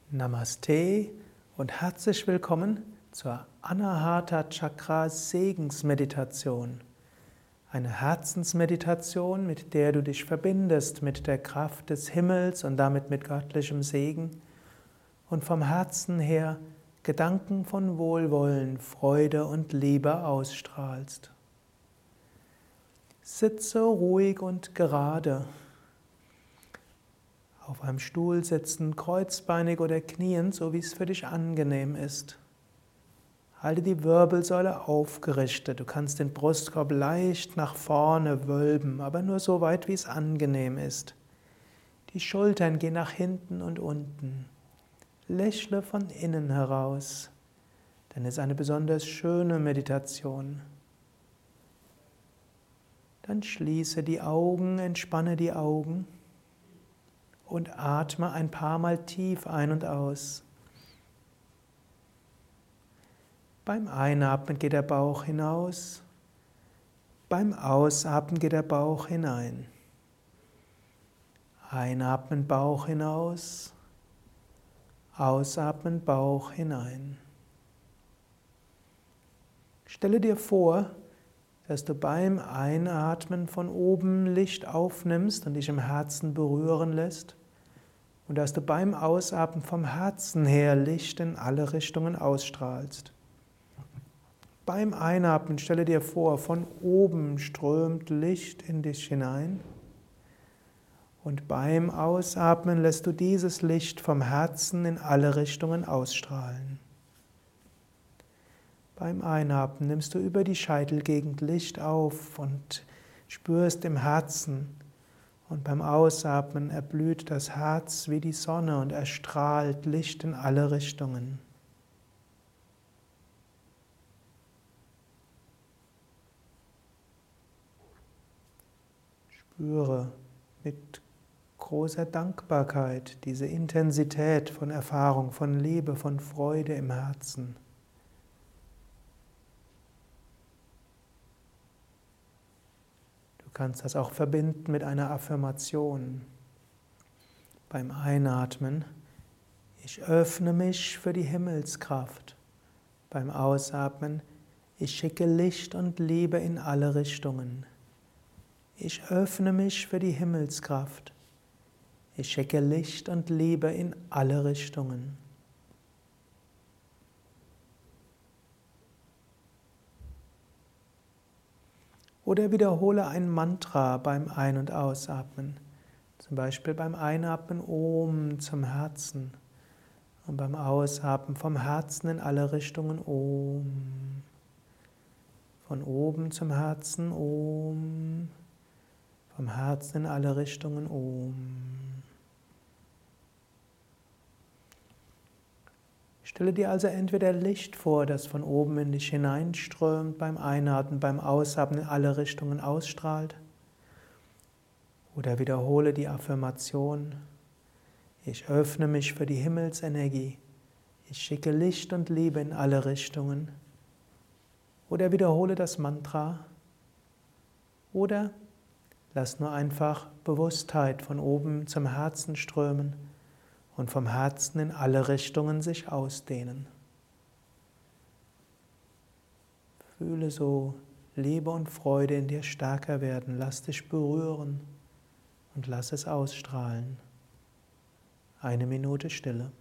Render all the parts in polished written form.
Namaste und herzlich willkommen zur Anahata Chakra Segensmeditation. Eine Herzensmeditation, mit der du dich verbindest mit der Kraft des Himmels und damit mit göttlichem Segen und vom Herzen her Gedanken von Wohlwollen, Freude und Liebe ausstrahlst. Sitze ruhig und gerade. Auf einem Stuhl sitzen, kreuzbeinig oder kniend, so wie es für dich angenehm ist. Halte die Wirbelsäule aufgerichtet. Du kannst den Brustkorb leicht nach vorne wölben, aber nur so weit, wie es angenehm ist. Die Schultern gehen nach hinten und unten. Lächle von innen heraus, denn es ist eine besonders schöne Meditation. Dann schließe die Augen, entspanne die Augen. Und atme ein paar Mal tief ein und aus. Beim Einatmen geht der Bauch hinaus. Beim Ausatmen geht der Bauch hinein. Einatmen, Bauch hinaus. Ausatmen, Bauch hinein. Stelle dir vor, dass du beim Einatmen von oben Licht aufnimmst und dich im Herzen berühren lässt. Und dass du beim Ausatmen vom Herzen her Licht in alle Richtungen ausstrahlst. Beim Einatmen stelle dir vor, von oben strömt Licht in dich hinein. Und beim Ausatmen lässt du dieses Licht vom Herzen in alle Richtungen ausstrahlen. Beim Einatmen nimmst du über die Scheitelgegend Licht auf und spürst im Herzen. Und beim Ausatmen erblüht das Herz wie die Sonne und erstrahlt Licht in alle Richtungen. Spüre mit großer Dankbarkeit diese Intensität von Erfahrung, von Liebe, von Freude im Herzen. Du kannst das auch verbinden mit einer Affirmation. Beim Einatmen: Ich öffne mich für die Himmelskraft. Beim Ausatmen: Ich schicke Licht und Liebe in alle Richtungen. Ich öffne mich für die Himmelskraft. Ich schicke Licht und Liebe in alle Richtungen. Oder wiederhole ein Mantra beim Ein- und Ausatmen. Zum Beispiel beim Einatmen Om zum Herzen und beim Ausatmen vom Herzen in alle Richtungen Om. Von oben zum Herzen Om, vom Herzen in alle Richtungen Om. Stelle dir also entweder Licht vor, das von oben in dich hineinströmt, beim Einatmen, beim Ausatmen in alle Richtungen ausstrahlt. Oder wiederhole die Affirmation: Ich öffne mich für die Himmelsenergie. Ich schicke Licht und Liebe in alle Richtungen. Oder wiederhole das Mantra. Oder lass nur einfach Bewusstheit von oben zum Herzen strömen und vom Herzen in alle Richtungen sich ausdehnen. Fühle so Liebe und Freude in dir stärker werden. Lass dich berühren und lass es ausstrahlen. 1 Minute Stille.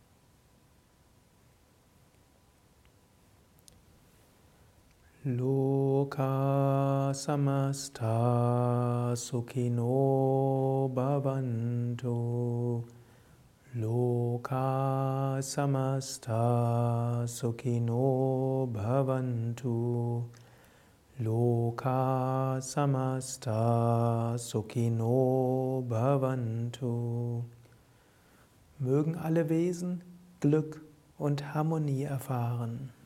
Lobet Loka samasta sukhino bhavantu. Loka samasta sukhino bhavantu. Loka samasta sukhino bhavantu. Mögen alle Wesen Glück und Harmonie erfahren.